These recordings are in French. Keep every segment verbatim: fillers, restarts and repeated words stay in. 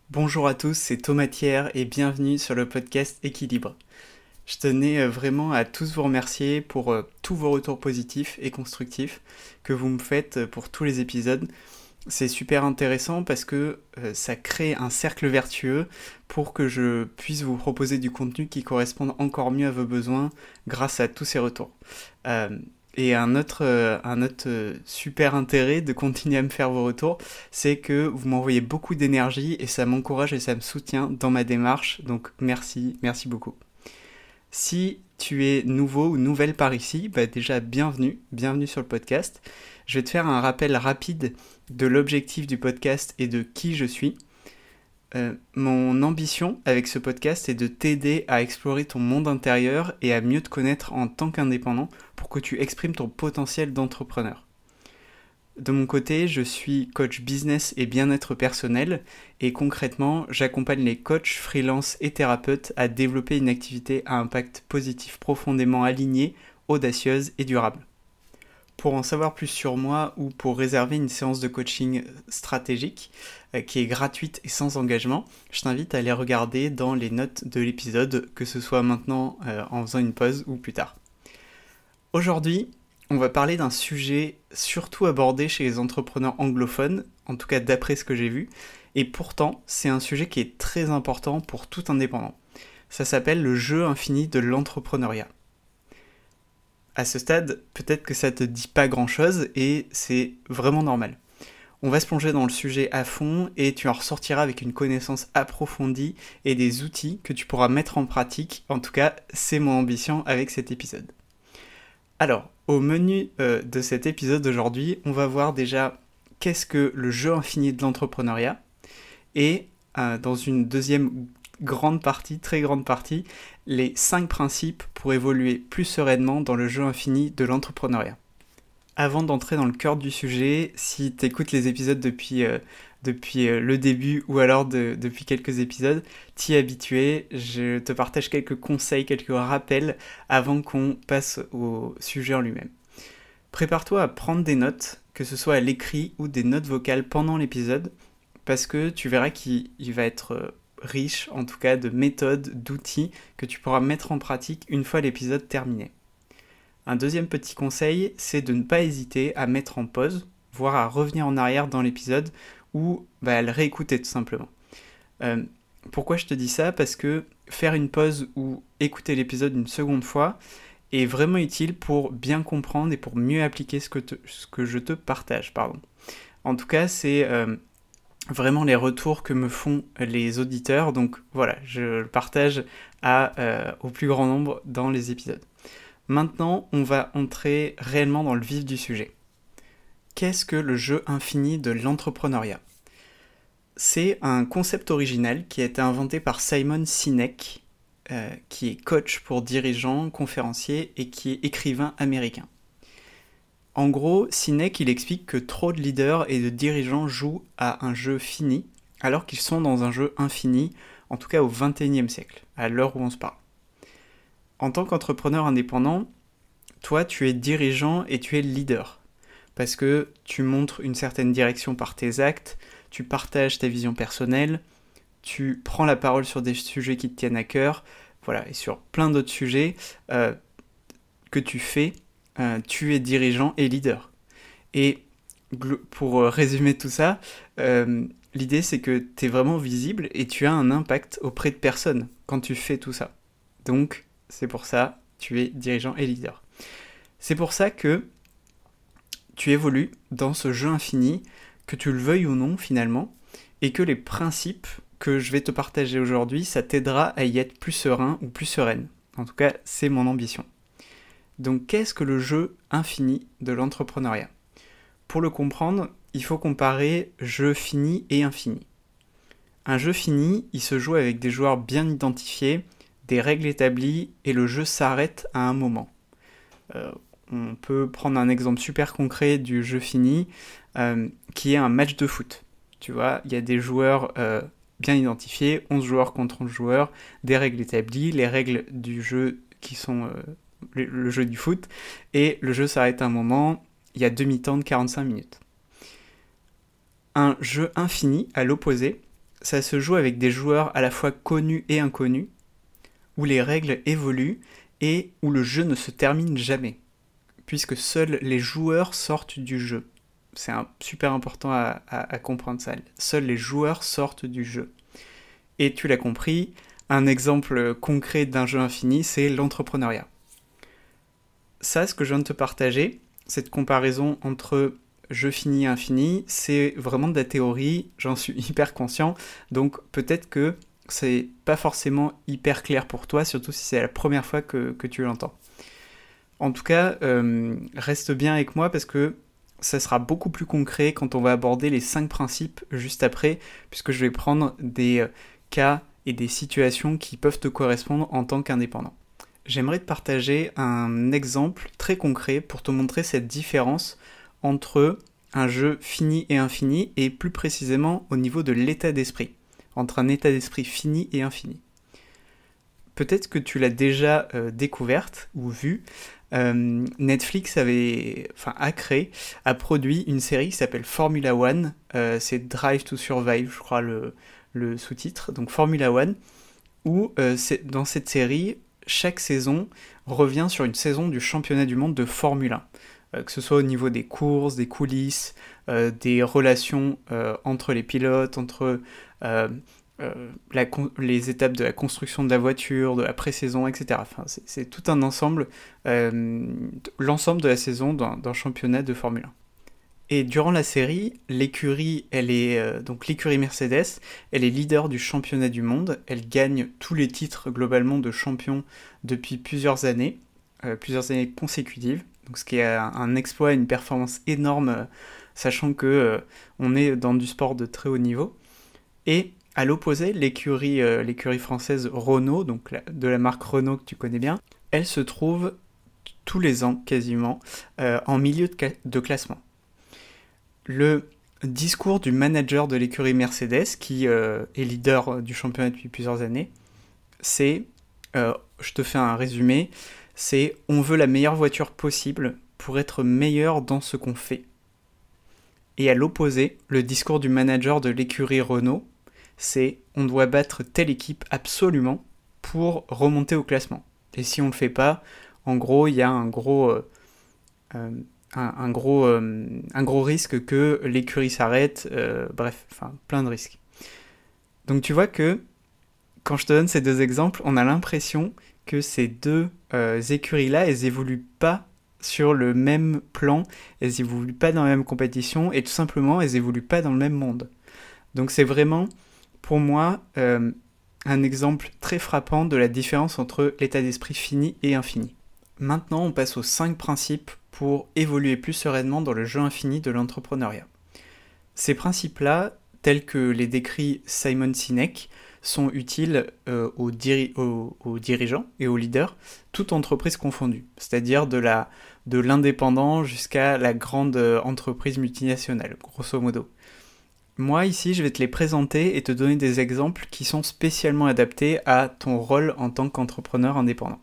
Bonjour à tous, c'est Thomas Thiers et bienvenue sur le podcast Équilibre. Je tenais euh, vraiment à tous vous remercier pour euh, tous vos retours positifs et constructifs que vous me faites euh, pour tous les épisodes. C'est super intéressant parce que euh, ça crée un cercle vertueux pour que je puisse vous proposer du contenu qui corresponde encore mieux à vos besoins grâce à tous ces retours. Euh, et un autre, euh, un autre euh, super intérêt de continuer à me faire vos retours, c'est que vous m'envoyez beaucoup d'énergie et ça m'encourage et ça me soutient dans ma démarche. Donc merci, merci beaucoup. Si tu es nouveau ou nouvelle par ici, bah déjà bienvenue, bienvenue sur le podcast. Je vais te faire un rappel rapide de l'objectif du podcast et de qui je suis. Euh, mon ambition avec ce podcast est de t'aider à explorer ton monde intérieur et à mieux te connaître en tant qu'indépendant pour que tu exprimes ton potentiel d'entrepreneur. De mon côté, je suis coach business et bien-être personnel et concrètement, j'accompagne les coachs, freelance et thérapeutes à développer une activité à impact positif profondément alignée, audacieuse et durable. Pour en savoir plus sur moi ou pour réserver une séance de coaching stratégique euh, qui est gratuite et sans engagement, je t'invite à aller regarder dans les notes de l'épisode, que ce soit maintenant euh, en faisant une pause ou plus tard. Aujourd'hui, on va parler d'un sujet surtout abordé chez les entrepreneurs anglophones, en tout cas d'après ce que j'ai vu, et pourtant c'est un sujet qui est très important pour tout indépendant. Ça s'appelle le jeu infini de l'entrepreneuriat. À ce stade, peut-être que ça te dit pas grand-chose et c'est vraiment normal. On va se plonger dans le sujet à fond et tu en ressortiras avec une connaissance approfondie et des outils que tu pourras mettre en pratique. En tout cas, c'est mon ambition avec cet épisode. Alors, au menu euh, de cet épisode d'aujourd'hui, on va voir déjà qu'est-ce que le jeu infini de l'entrepreneuriat et euh, dans une deuxième grande partie, très grande partie, les cinq principes pour évoluer plus sereinement dans le jeu infini de l'entrepreneuriat. Avant d'entrer dans le cœur du sujet, si tu écoutes les épisodes depuis, euh, depuis euh, le début ou alors de, depuis quelques épisodes, t'y es habitué, je te partage quelques conseils, quelques rappels avant qu'on passe au sujet en lui-même. Prépare-toi à prendre des notes, que ce soit à l'écrit ou des notes vocales pendant l'épisode, parce que tu verras qu'il il va être riche, en tout cas, de méthodes, d'outils que tu pourras mettre en pratique une fois l'épisode terminé. Un deuxième petit conseil, c'est de ne pas hésiter à mettre en pause, voire à revenir en arrière dans l'épisode, ou bah, à le réécouter tout simplement. Euh, pourquoi je te dis ça ? Parce que faire une pause ou écouter l'épisode une seconde fois est vraiment utile pour bien comprendre et pour mieux appliquer ce que, te, ce que je te partage. Pardon. En tout cas, c'est euh, vraiment les retours que me font les auditeurs, donc voilà, je le partage à, euh, au plus grand nombre dans les épisodes. Maintenant, on va entrer réellement dans le vif du sujet. Qu'est-ce que le jeu infini de l'entrepreneuriat ? C'est un concept original qui a été inventé par Simon Sinek, euh, qui est coach pour dirigeants, conférencier et qui est écrivain américain. En gros, Sinek, il explique que trop de leaders et de dirigeants jouent à un jeu fini, alors qu'ils sont dans un jeu infini, en tout cas au vingt et unième siècle, à l'heure où on se parle. En tant qu'entrepreneur indépendant, toi, tu es dirigeant et tu es leader. Parce que tu montres une certaine direction par tes actes, tu partages ta vision personnelle, tu prends la parole sur des sujets qui te tiennent à cœur, voilà, et sur plein d'autres sujets euh, que tu fais, euh, tu es dirigeant et leader. Et pour résumer tout ça, euh, l'idée c'est que tu es vraiment visible et tu as un impact auprès de personnes quand tu fais tout ça. Donc, c'est pour ça, tu es dirigeant et leader. C'est pour ça que tu évolues dans ce jeu infini, que tu le veuilles ou non finalement, et que les principes que je vais te partager aujourd'hui, ça t'aidera à y être plus serein ou plus sereine. En tout cas, c'est mon ambition. Donc, qu'est-ce que le jeu infini de l'entrepreneuriat ? Pour le comprendre, il faut comparer jeu fini et infini. Un jeu fini, il se joue avec des joueurs bien identifiés, des règles établies, et le jeu s'arrête à un moment. Euh, on peut prendre un exemple super concret du jeu fini, euh, qui est un match de foot. Tu vois, il y a des joueurs euh, bien identifiés, onze joueurs contre onze joueurs, des règles établies, les règles du jeu qui sont euh, le, le jeu du foot, et le jeu s'arrête à un moment, il y a demi-temps de quarante-cinq minutes. Un jeu infini, à l'opposé, ça se joue avec des joueurs à la fois connus et inconnus, où les règles évoluent et où le jeu ne se termine jamais, puisque seuls les joueurs sortent du jeu. C'est un, super important à, à, à comprendre ça. Seuls les joueurs sortent du jeu. Et tu l'as compris, un exemple concret d'un jeu infini, c'est l'entrepreneuriat. Ça, ce que je viens de te partager, cette comparaison entre jeu fini et infini, c'est vraiment de la théorie, j'en suis hyper conscient, donc peut-être que c'est pas forcément hyper clair pour toi, surtout si c'est la première fois que, que tu l'entends. En tout cas, euh, reste bien avec moi parce que ça sera beaucoup plus concret quand on va aborder les cinq principes juste après, puisque je vais prendre des cas et des situations qui peuvent te correspondre en tant qu'indépendant. J'aimerais te partager un exemple très concret pour te montrer cette différence entre un jeu fini et infini, et plus précisément au niveau de l'état d'esprit, entre un état d'esprit fini et infini. Peut-être que tu l'as déjà euh, découverte ou vue, euh, Netflix avait, enfin, a créé, a produit une série qui s'appelle Formula One, euh, c'est Drive to Survive, je crois le, le sous-titre, donc Formula One, où euh, c'est, dans cette série, chaque saison revient sur une saison du championnat du monde de Formule un. Euh, que ce soit au niveau des courses, des coulisses, euh, des relations euh, entre les pilotes, entre euh, euh, la, les étapes de la construction de la voiture, de la pré-saison, et cetera. Enfin, c'est, c'est tout un ensemble, euh, l'ensemble de la saison d'un, d'un championnat de Formule un. Et durant la série, l'écurie, elle est euh, donc l'écurie Mercedes, elle est leader du championnat du monde, elle gagne tous les titres globalement de champion depuis plusieurs années, euh, plusieurs années consécutives, donc ce qui est un, un exploit, une performance énorme, euh, sachant que euh, on est dans du sport de très haut niveau. Et à l'opposé, l'écurie, euh, l'écurie française Renault, donc la, de la marque Renault que tu connais bien, elle se trouve tous les ans quasiment euh, en milieu de, de classement. Le discours du manager de l'écurie Mercedes, qui euh, est leader du championnat depuis plusieurs années, c'est, euh, je te fais un résumé, c'est « on veut la meilleure voiture possible pour être meilleur dans ce qu'on fait ». Et à l'opposé, le discours du manager de l'écurie Renault, c'est « on doit battre telle équipe absolument pour remonter au classement ». Et si on ne le fait pas, en gros, il y a un gros... Euh, euh, Un, un, gros, euh, un gros risque que l'écurie s'arrête, euh, bref, enfin, plein de risques. Donc tu vois que, quand je te donne ces deux exemples, on a l'impression que ces deux euh, écuries-là, elles évoluent pas sur le même plan, elles évoluent pas dans la même compétition, et tout simplement, elles évoluent pas dans le même monde. Donc c'est vraiment, pour moi, euh, un exemple très frappant de la différence entre l'état d'esprit fini et infini. Maintenant, on passe aux cinq principes pour évoluer plus sereinement dans le jeu infini de l'entrepreneuriat. Ces principes-là, tels que les décrit Simon Sinek, sont utiles euh, aux, diri- aux, aux dirigeants et aux leaders, toute entreprise confondue, c'est-à-dire de, la, de l'indépendant jusqu'à la grande entreprise multinationale, grosso modo. Moi, ici, je vais te les présenter et te donner des exemples qui sont spécialement adaptés à ton rôle en tant qu'entrepreneur indépendant.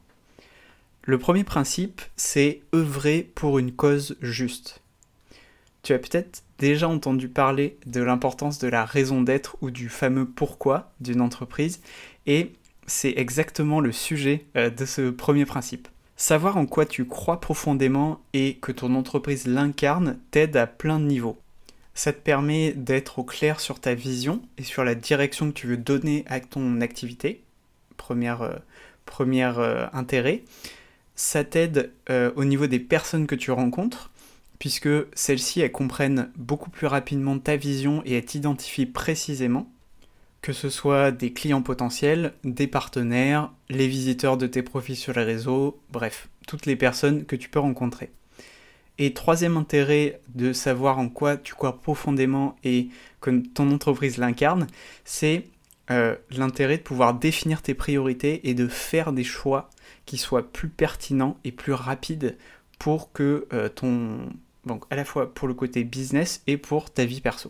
Le premier principe, c'est œuvrer pour une cause juste. Tu as peut-être déjà entendu parler de l'importance de la raison d'être ou du fameux pourquoi d'une entreprise, et c'est exactement le sujet de ce premier principe. Savoir en quoi tu crois profondément et que ton entreprise l'incarne t'aide à plein de niveaux. Ça te permet d'être au clair sur ta vision et sur la direction que tu veux donner à ton activité, premier, euh, premier euh, intérêt. Ça t'aide euh, au niveau des personnes que tu rencontres, puisque celles-ci, elles comprennent beaucoup plus rapidement ta vision et elles t'identifient précisément, que ce soit des clients potentiels, des partenaires, les visiteurs de tes profils sur les réseaux, bref, toutes les personnes que tu peux rencontrer. Et troisième intérêt de savoir en quoi tu crois profondément et que ton entreprise l'incarne, c'est euh, l'intérêt de pouvoir définir tes priorités et de faire des choix qui soient plus pertinents et plus rapides pour que euh, ton... donc à la fois pour le côté business et pour ta vie perso.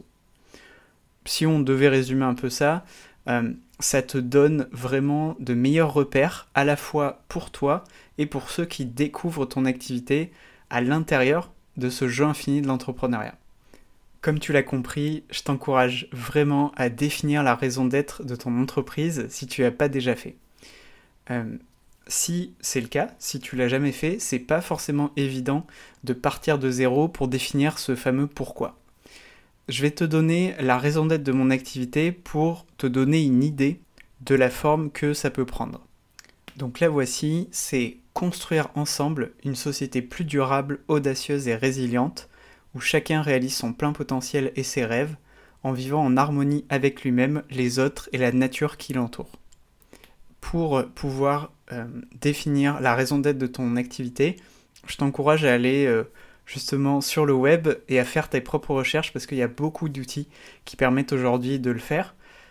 Si on devait résumer un peu ça, euh, ça te donne vraiment de meilleurs repères à la fois pour toi et pour ceux qui découvrent ton activité à l'intérieur de ce jeu infini de l'entrepreneuriat. Comme tu l'as compris, je t'encourage vraiment à définir la raison d'être de ton entreprise si tu l'as pas déjà fait. Euh, si c'est le cas, si tu l'as jamais fait, c'est pas forcément évident de partir de zéro pour définir ce fameux pourquoi. Je vais te donner la raison d'être de mon activité pour te donner une idée de la forme que ça peut prendre. Donc la voici, c'est construire ensemble une société plus durable, audacieuse et résiliente, où chacun réalise son plein potentiel et ses rêves, en vivant en harmonie avec lui-même, les autres et la nature qui l'entoure. Pour pouvoir euh, définir la raison d'être de ton activité, je t'encourage à aller euh, justement sur le web et à faire tes propres recherches parce qu'il y a beaucoup d'outils qui permettent aujourd'hui de le faire.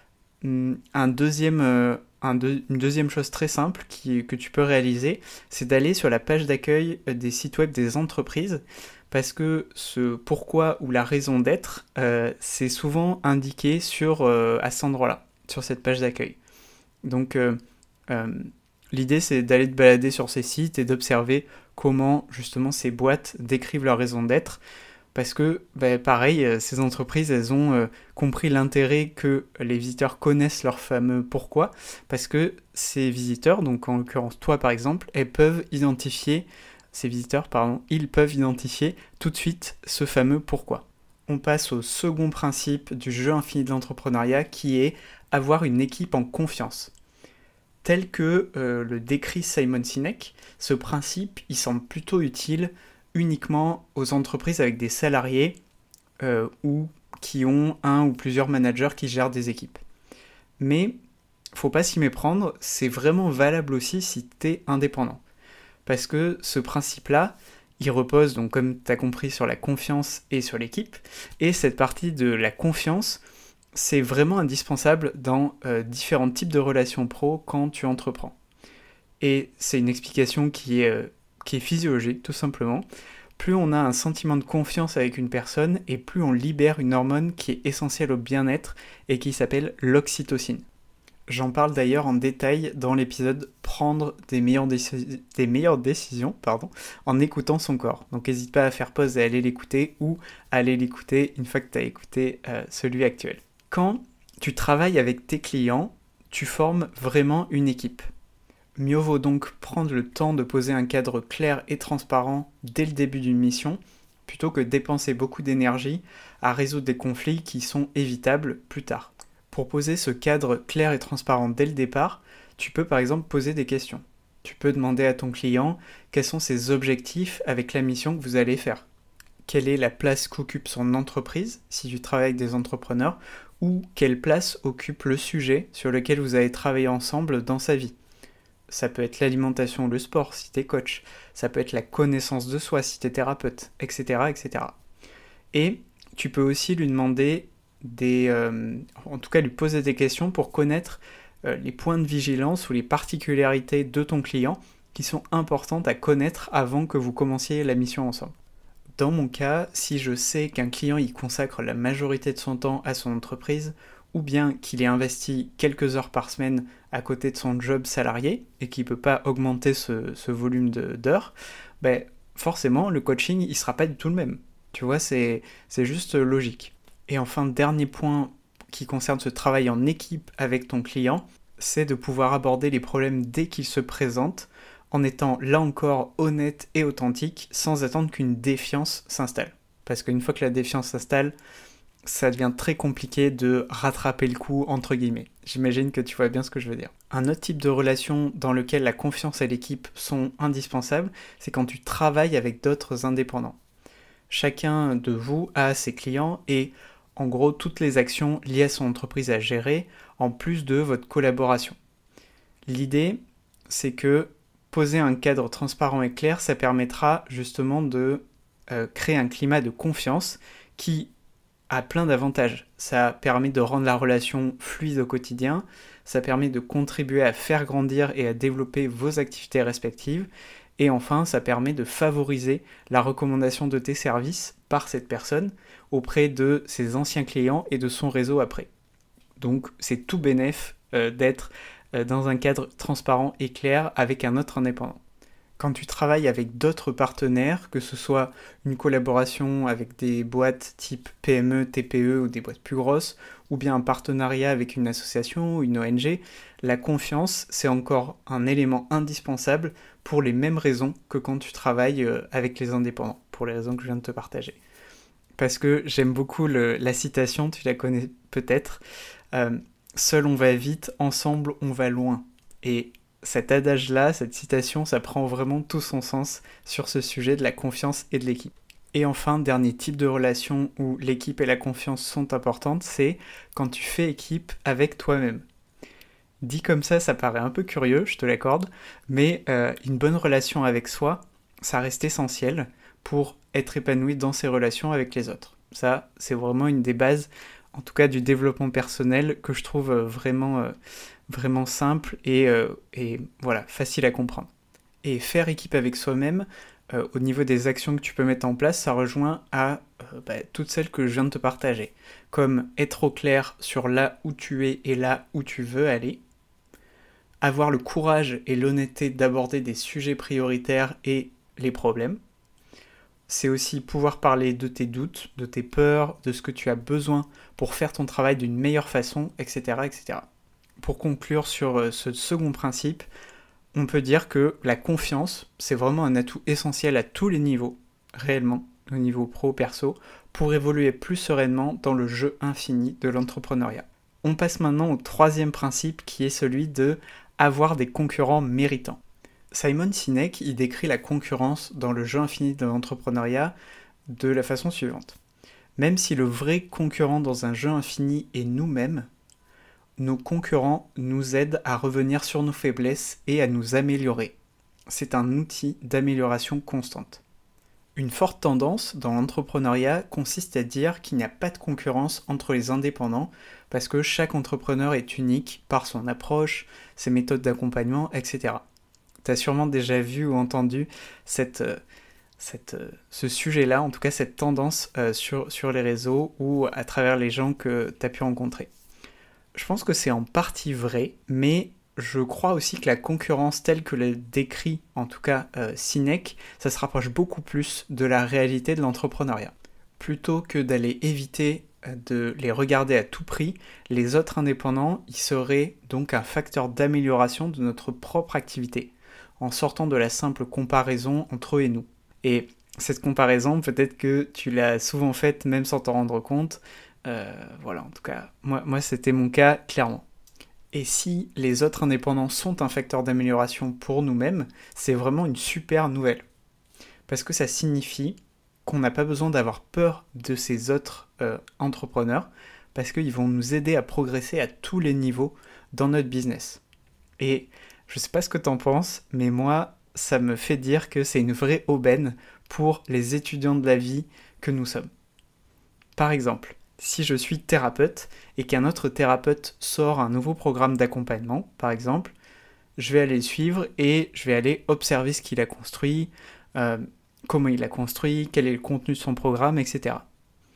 Un deuxième, euh, un de, une deuxième chose très simple qui, que tu peux réaliser, c'est d'aller sur la page d'accueil des sites web des entreprises parce que ce pourquoi ou la raison d'être, euh, c'est souvent indiqué sur, euh, à cet endroit-là, sur cette page d'accueil. Donc, euh, Euh, l'idée c'est d'aller te balader sur ces sites et d'observer comment justement ces boîtes décrivent leur raison d'être parce que bah, pareil ces entreprises elles ont euh, compris l'intérêt que les visiteurs connaissent leur fameux pourquoi parce que ces visiteurs, donc en l'occurrence toi par exemple, elles peuvent identifier ces visiteurs pardon, ils peuvent identifier tout de suite ce fameux pourquoi. On passe au second principe du jeu infini de l'entrepreneuriat qui est avoir une équipe en confiance. Tel que euh, le décrit Simon Sinek, ce principe, il semble plutôt utile uniquement aux entreprises avec des salariés euh, ou qui ont un ou plusieurs managers qui gèrent des équipes. Mais faut pas s'y méprendre, c'est vraiment valable aussi si tu es indépendant. Parce que ce principe-là, il repose, donc comme tu as compris, sur la confiance et sur l'équipe. Et cette partie de la confiance, c'est vraiment indispensable dans euh, différents types de relations pro quand tu entreprends. Et c'est une explication qui est, euh, qui est physiologique, tout simplement. Plus on a un sentiment de confiance avec une personne, et plus on libère une hormone qui est essentielle au bien-être et qui s'appelle l'oxytocine. J'en parle d'ailleurs en détail dans l'épisode « Prendre des meilleures, déci- des meilleures décisions pardon, en écoutant son corps ». Donc n'hésite pas à faire pause et à aller l'écouter ou à aller l'écouter une fois que tu as écouté euh, celui actuel. Quand tu travailles avec tes clients, tu formes vraiment une équipe. Mieux vaut donc prendre le temps de poser un cadre clair et transparent dès le début d'une mission, plutôt que dépenser beaucoup d'énergie à résoudre des conflits qui sont évitables plus tard. Pour poser ce cadre clair et transparent dès le départ, tu peux par exemple poser des questions. Tu peux demander à ton client quels sont ses objectifs avec la mission que vous allez faire. Quelle est la place qu'occupe son entreprise, si tu travailles avec des entrepreneurs, ou quelle place occupe le sujet sur lequel vous allez travailler ensemble dans sa vie. Ça peut être l'alimentation ou le sport si tu es coach, ça peut être la connaissance de soi si tu es thérapeute, et cetera, et cetera. Et tu peux aussi lui demander des... Euh, en tout cas lui poser des questions pour connaître euh, les points de vigilance ou les particularités de ton client qui sont importantes à connaître avant que vous commenciez la mission ensemble. Dans mon cas, si je sais qu'un client y consacre la majorité de son temps à son entreprise, ou bien qu'il est investi quelques heures par semaine à côté de son job salarié, et qu'il ne peut pas augmenter ce, ce volume de, d'heures, ben forcément, le coaching, il ne sera pas du tout le même. Tu vois, c'est, c'est juste logique. Et enfin, dernier point qui concerne ce travail en équipe avec ton client, c'est de pouvoir aborder les problèmes dès qu'ils se présentent, en étant là encore honnête et authentique, sans attendre qu'une défiance s'installe. Parce qu'une fois que la défiance s'installe, ça devient très compliqué de rattraper le coup, entre guillemets. J'imagine que tu vois bien ce que je veux dire. Un autre type de relation dans lequel la confiance et l'équipe sont indispensables, c'est quand tu travailles avec d'autres indépendants. Chacun de vous a ses clients et en gros toutes les actions liées à son entreprise à gérer, en plus de votre collaboration. L'idée, c'est que poser un cadre transparent et clair, ça permettra justement de euh, créer un climat de confiance qui a plein d'avantages. Ça permet de rendre la relation fluide au quotidien, ça permet de contribuer à faire grandir et à développer vos activités respectives, et enfin, ça permet de favoriser la recommandation de tes services par cette personne auprès de ses anciens clients et de son réseau après. Donc, c'est tout bénef euh, d'être dans un cadre transparent et clair avec un autre indépendant. Quand tu travailles avec d'autres partenaires, que ce soit une collaboration avec des boîtes type P M E, T P E ou des boîtes plus grosses, ou bien un partenariat avec une association ou une O N G, la confiance, c'est encore un élément indispensable pour les mêmes raisons que quand tu travailles avec les indépendants, pour les raisons que je viens de te partager. Parce que j'aime beaucoup le, la citation, tu la connais peut-être, euh, « Seul on va vite, ensemble on va loin ». Et cet adage-là, cette citation, ça prend vraiment tout son sens sur ce sujet de la confiance et de l'équipe. Et enfin, dernier type de relation où l'équipe et la confiance sont importantes, c'est quand tu fais équipe avec toi-même. Dit comme ça, ça paraît un peu curieux, je te l'accorde, mais euh, une bonne relation avec soi, ça reste essentiel pour être épanoui dans ses relations avec les autres. Ça, c'est vraiment une des bases, en tout cas du développement personnel, que je trouve vraiment, euh, vraiment simple et, euh, et voilà, facile à comprendre. Et faire équipe avec soi-même, euh, au niveau des actions que tu peux mettre en place, ça rejoint à euh, bah, toutes celles que je viens de te partager, comme être au clair sur là où tu es et là où tu veux aller, avoir le courage et l'honnêteté d'aborder des sujets prioritaires et les problèmes. C'est aussi pouvoir parler de tes doutes, de tes peurs, de ce que tu as besoin pour faire ton travail d'une meilleure façon, et cetera, et cetera. Pour conclure sur ce second principe, on peut dire que la confiance, c'est vraiment un atout essentiel à tous les niveaux, réellement, au niveau pro-perso, pour évoluer plus sereinement dans le jeu infini de l'entrepreneuriat. On passe maintenant au troisième principe qui est celui de avoir des concurrents méritants. Simon Sinek y décrit la concurrence dans le jeu infini de l'entrepreneuriat de la façon suivante. Même si le vrai concurrent dans un jeu infini est nous-mêmes, nos concurrents nous aident à revenir sur nos faiblesses et à nous améliorer. C'est un outil d'amélioration constante. Une forte tendance dans l'entrepreneuriat consiste à dire qu'il n'y a pas de concurrence entre les indépendants parce que chaque entrepreneur est unique par son approche, ses méthodes d'accompagnement, et cetera. Tu as sûrement déjà vu ou entendu cette, cette, ce sujet-là, en tout cas cette tendance euh, sur, sur les réseaux ou à travers les gens que tu as pu rencontrer. Je pense que c'est en partie vrai, mais je crois aussi que la concurrence telle que le décrit, en tout cas euh, Sinek, ça se rapproche beaucoup plus de la réalité de l'entrepreneuriat. Plutôt que d'aller éviter de les regarder à tout prix, les autres indépendants y seraient donc un facteur d'amélioration de notre propre activité, en sortant de la simple comparaison entre eux et nous. Et cette comparaison, peut-être que tu l'as souvent faite même sans t'en rendre compte. Euh, voilà, en tout cas, moi, moi c'était mon cas, clairement. Et si les autres indépendants sont un facteur d'amélioration pour nous-mêmes, c'est vraiment une super nouvelle. Parce que ça signifie qu'on n'a pas besoin d'avoir peur de ces autres euh, entrepreneurs, parce qu'ils vont nous aider à progresser à tous les niveaux dans notre business. Et je sais pas ce que t'en penses, mais moi, ça me fait dire que c'est une vraie aubaine pour les étudiants de la vie que nous sommes. Par exemple, si je suis thérapeute et qu'un autre thérapeute sort un nouveau programme d'accompagnement, par exemple, je vais aller le suivre et je vais aller observer ce qu'il a construit, euh, comment il l'a construit, quel est le contenu de son programme, et cetera.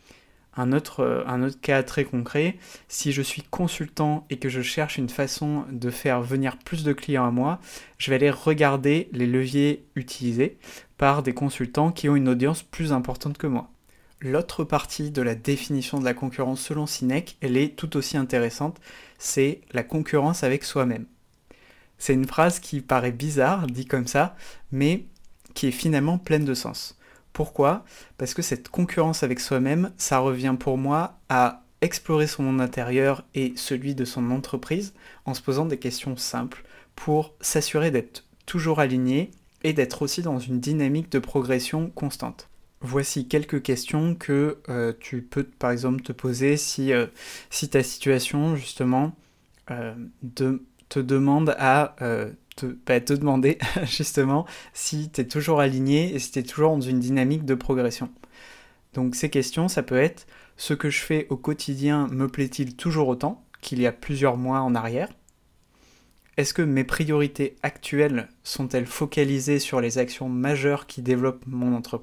Un autre, euh, un autre cas très concret, si je suis consultant et que je cherche une façon de faire venir plus de clients à moi, je vais aller regarder les leviers utilisés par des consultants qui ont une audience plus importante que moi. L'autre partie de la définition de la concurrence selon Sinek, elle est tout aussi intéressante, c'est la concurrence avec soi-même. C'est une phrase qui paraît bizarre, dit comme ça, mais qui est finalement pleine de sens. Pourquoi ? Parce que cette concurrence avec soi-même, ça revient pour moi à explorer son monde intérieur et celui de son entreprise en se posant des questions simples pour s'assurer d'être toujours aligné et d'être aussi dans une dynamique de progression constante. Voici quelques questions que euh, tu peux par exemple te poser si, euh, si ta situation justement euh, de, te demande à euh, te, bah, te demander justement si tu es toujours aligné et si tu es toujours dans une dynamique de progression. Donc ces questions, ça peut être « Ce que je fais au quotidien me plaît-il toujours autant qu'il y a plusieurs mois en arrière ? Est-ce que mes priorités actuelles sont-elles focalisées sur les actions majeures qui développent mon entreprise ?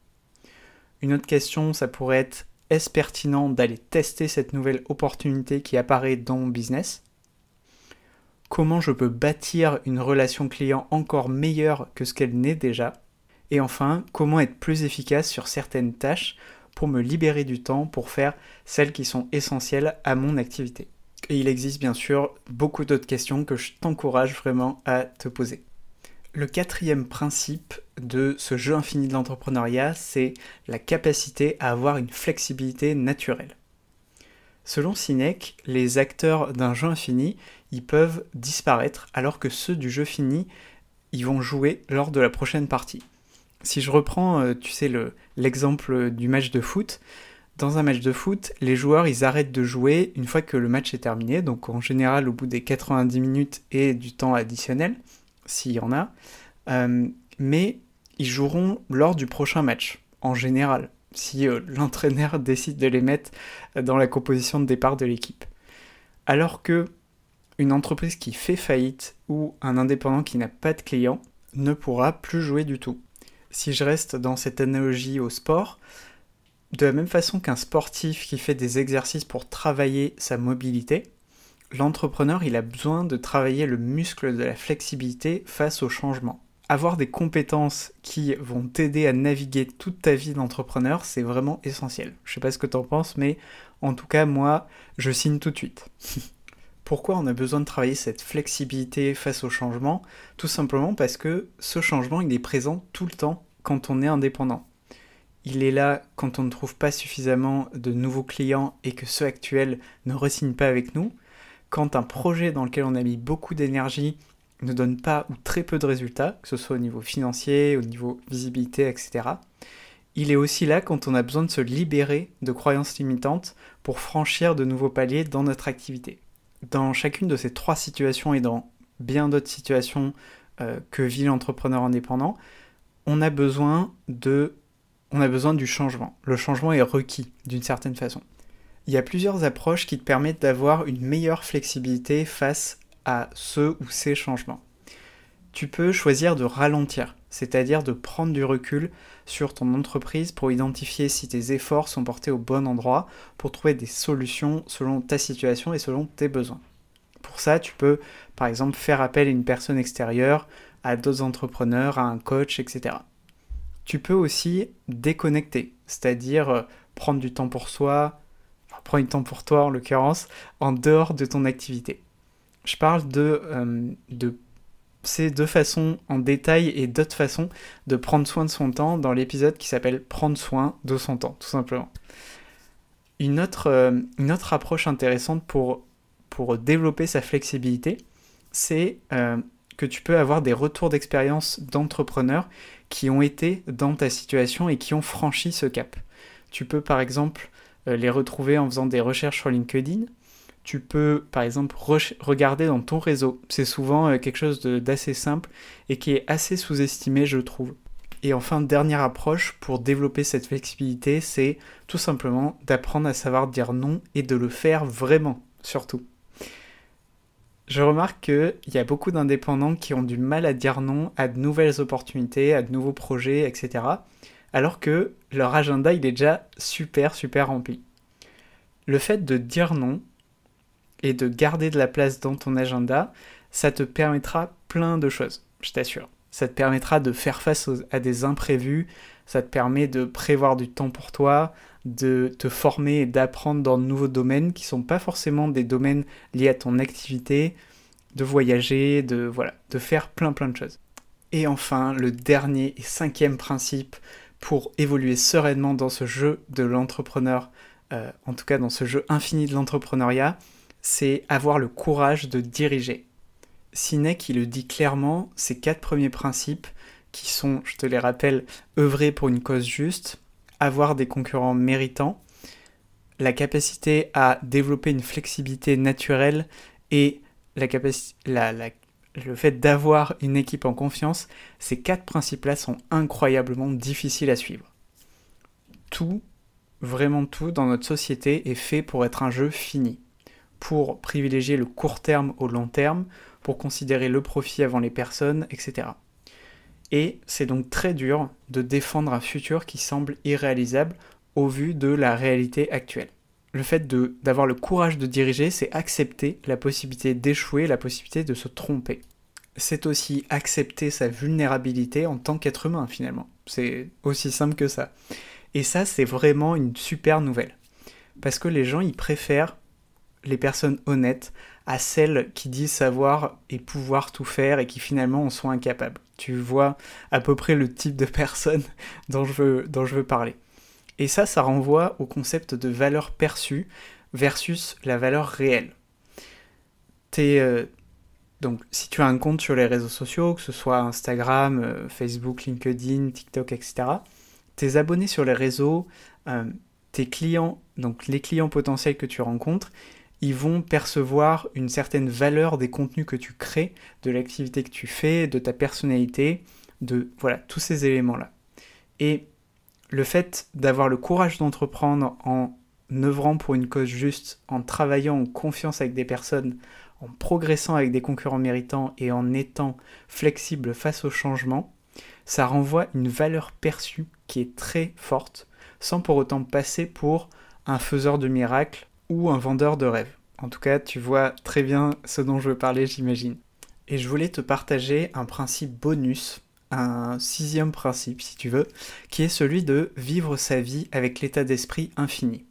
Une autre question, ça pourrait être « Est-ce pertinent d'aller tester cette nouvelle opportunité qui apparaît dans mon business ? comment je peux bâtir une relation client encore meilleure que ce qu'elle n'est déjà, et enfin, comment être plus efficace sur certaines tâches pour me libérer du temps pour faire celles qui sont essentielles à mon activité. Et il existe bien sûr beaucoup d'autres questions que je t'encourage vraiment à te poser. Le quatrième principe de ce jeu infini de l'entrepreneuriat, c'est la capacité à avoir une flexibilité naturelle. Selon Sinek, les acteurs d'un jeu infini, ils peuvent disparaître alors que ceux du jeu fini, ils vont jouer lors de la prochaine partie. Si je reprends, tu sais, le, l'exemple du match de foot, dans un match de foot, les joueurs, ils arrêtent de jouer une fois que le match est terminé, donc en général au bout des quatre-vingt-dix minutes et du temps additionnel, s'il y en a, euh, mais ils joueront lors du prochain match, en général, si euh, l'entraîneur décide de les mettre dans la composition de départ de l'équipe. Alors que une entreprise qui fait faillite ou un indépendant qui n'a pas de clients ne pourra plus jouer du tout. Si je reste dans cette analogie au sport, de la même façon qu'un sportif qui fait des exercices pour travailler sa mobilité, l'entrepreneur il a besoin de travailler le muscle de la flexibilité face au changement. Avoir des compétences qui vont t'aider à naviguer toute ta vie d'entrepreneur, c'est vraiment essentiel. Je sais pas ce que t'en penses, mais en tout cas, moi, je signe tout de suite. Pourquoi on a besoin de travailler cette flexibilité face au changement ? Tout simplement parce que ce changement, il est présent tout le temps quand on est indépendant. Il est là quand on ne trouve pas suffisamment de nouveaux clients et que ceux actuels ne re-signent pas avec nous, quand un projet dans lequel on a mis beaucoup d'énergie ne donne pas ou très peu de résultats, que ce soit au niveau financier, au niveau visibilité, et cetera. Il est aussi là quand on a besoin de se libérer de croyances limitantes pour franchir de nouveaux paliers dans notre activité. Dans chacune de ces trois situations et dans bien d'autres situations euh, que vit l'entrepreneur indépendant, on a besoin de, on a besoin du changement. Le changement est requis d'une certaine façon. Il y a plusieurs approches qui te permettent d'avoir une meilleure flexibilité face à ce ou ces changements. Tu peux choisir de ralentir, c'est-à-dire de prendre du recul sur ton entreprise pour identifier si tes efforts sont portés au bon endroit, pour trouver des solutions selon ta situation et selon tes besoins. Pour ça, tu peux par exemple faire appel à une personne extérieure, à d'autres entrepreneurs, à un coach, et cetera. Tu peux aussi déconnecter, c'est-à-dire prendre du temps pour soi, enfin, prendre du temps pour toi en l'occurrence, en dehors de ton activité. Je parle de, euh, de ces deux façons en détail et d'autres façons de prendre soin de son temps dans l'épisode qui s'appelle « Prendre soin de son temps », tout simplement. Une autre, euh, une autre approche intéressante pour, pour développer sa flexibilité, c'est euh, que tu peux avoir des retours d'expérience d'entrepreneurs qui ont été dans ta situation et qui ont franchi ce cap. Tu peux par exemple euh, les retrouver en faisant des recherches sur LinkedIn. Tu peux, par exemple, re- regarder dans ton réseau. C'est souvent euh, quelque chose de, d'assez simple et qui est assez sous-estimé, je trouve. Et enfin, dernière approche pour développer cette flexibilité, c'est tout simplement d'apprendre à savoir dire non et de le faire vraiment, surtout. Je remarque qu'il y a beaucoup d'indépendants qui ont du mal à dire non à de nouvelles opportunités, à de nouveaux projets, et cetera. Alors que leur agenda, il est déjà super, super rempli. Le fait de dire non, et de garder de la place dans ton agenda, ça te permettra plein de choses, je t'assure. Ça te permettra de faire face aux, à des imprévus, ça te permet de prévoir du temps pour toi, de te former et d'apprendre dans de nouveaux domaines qui ne sont pas forcément des domaines liés à ton activité, de voyager, de, voilà, de faire plein plein de choses. Et enfin, le dernier et cinquième principe pour évoluer sereinement dans ce jeu de l'entrepreneur, euh, en tout cas dans ce jeu infini de l'entrepreneuriat, c'est avoir le courage de diriger. Sinek, il le dit clairement, ces quatre premiers principes, qui sont, je te les rappelle, œuvrer pour une cause juste, avoir des concurrents méritants, la capacité à développer une flexibilité naturelle et la capaci- la, la, le fait d'avoir une équipe en confiance, ces quatre principes-là sont incroyablement difficiles à suivre. Tout, vraiment tout, dans notre société est fait pour être un jeu fini, pour privilégier le court terme au long terme, pour considérer le profit avant les personnes, et cetera. Et c'est donc très dur de défendre un futur qui semble irréalisable au vu de la réalité actuelle. le fait de, d'avoir le courage de diriger, c'est accepter la possibilité d'échouer, la possibilité de se tromper. C'est aussi accepter sa vulnérabilité en tant qu'être humain, finalement. C'est aussi simple que ça. Et ça, c'est vraiment une super nouvelle. Parce que les gens, ils préfèrent les personnes honnêtes à celles qui disent savoir et pouvoir tout faire et qui finalement en sont incapables. Tu vois à peu près le type de personne dont je veux, dont je veux parler. Et ça, ça renvoie au concept de valeur perçue versus la valeur réelle. T'es, euh, donc, si tu as un compte sur les réseaux sociaux, que ce soit Instagram, euh, Facebook, LinkedIn, TikTok, et cetera, tes abonnés sur les réseaux, euh, tes clients, donc les clients potentiels que tu rencontres, ils vont percevoir une certaine valeur des contenus que tu crées, de l'activité que tu fais, de ta personnalité, de voilà, tous ces éléments-là. Et le fait d'avoir le courage d'entreprendre en œuvrant pour une cause juste, en travaillant en confiance avec des personnes, en progressant avec des concurrents méritants et en étant flexible face au changement, ça renvoie une valeur perçue qui est très forte, sans pour autant passer pour un faiseur de miracles ou un vendeur de rêves. En tout cas, tu vois très bien ce dont je veux parler, j'imagine. Et je voulais te partager un principe bonus, un sixième principe, si tu veux, qui est celui de vivre sa vie avec l'état d'esprit infini.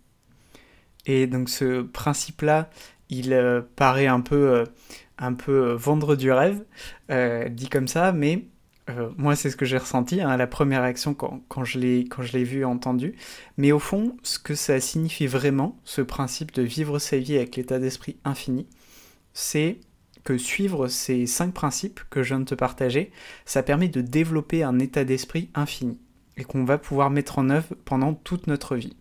Et donc ce principe-là, il euh, paraît un peu, euh, un peu euh, vendre du rêve, euh, dit comme ça, mais euh, moi c'est ce que j'ai ressenti, hein, la première réaction quand, quand, je l'ai, quand je l'ai vu et entendu. Mais au fond, ce que ça signifie vraiment, ce principe de vivre sa vie avec l'état d'esprit infini, c'est que suivre ces cinq principes que je viens de te partager, ça permet de développer un état d'esprit infini, et qu'on va pouvoir mettre en œuvre pendant toute notre vie.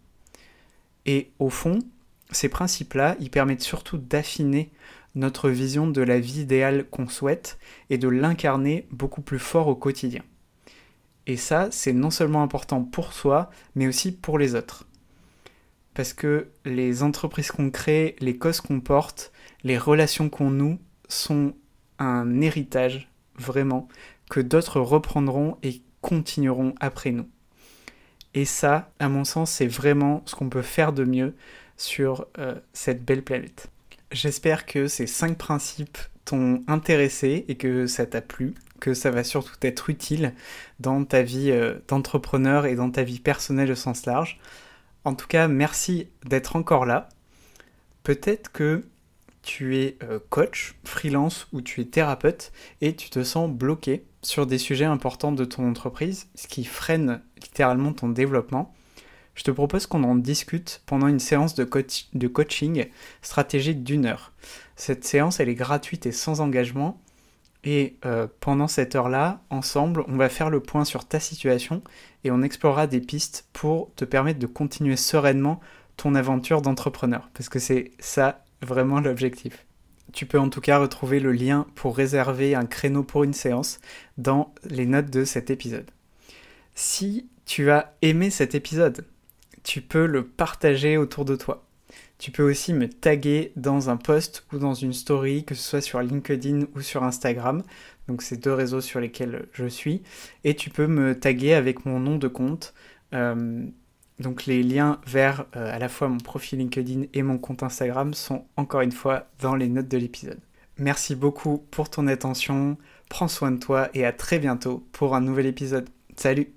Et au fond, ces principes-là, ils permettent surtout d'affiner notre vision de la vie idéale qu'on souhaite et de l'incarner beaucoup plus fort au quotidien. Et ça, c'est non seulement important pour soi, mais aussi pour les autres. Parce que les entreprises qu'on crée, les causes qu'on porte, les relations qu'on noue, sont un héritage, vraiment, que d'autres reprendront et continueront après nous. Et ça, à mon sens, c'est vraiment ce qu'on peut faire de mieux sur euh, cette belle planète. J'espère que ces cinq principes t'ont intéressé et que ça t'a plu, que ça va surtout être utile dans ta vie euh, d'entrepreneur et dans ta vie personnelle au sens large. En tout cas, merci d'être encore là. Peut-être que tu es euh, coach, freelance ou tu es thérapeute et tu te sens bloqué sur des sujets importants de ton entreprise, ce qui freine littéralement ton développement. Je te propose qu'on en discute pendant une séance de, coach- de coaching stratégique d'une heure. Cette séance, elle est gratuite et sans engagement. Et euh, pendant cette heure-là, ensemble, on va faire le point sur ta situation et on explorera des pistes pour te permettre de continuer sereinement ton aventure d'entrepreneur. Parce que c'est ça vraiment l'objectif. Tu peux en tout cas retrouver le lien pour réserver un créneau pour une séance dans les notes de cet épisode. Si tu as aimé cet épisode, tu peux le partager autour de toi. Tu peux aussi me taguer dans un post ou dans une story, que ce soit sur LinkedIn ou sur Instagram. Donc c'est deux réseaux sur lesquels je suis. Et tu peux me taguer avec mon nom de compte. Euh, donc les liens vers euh, à la fois mon profil LinkedIn et mon compte Instagram sont encore une fois dans les notes de l'épisode. Merci beaucoup pour ton attention. Prends soin de toi et à très bientôt pour un nouvel épisode. Salut!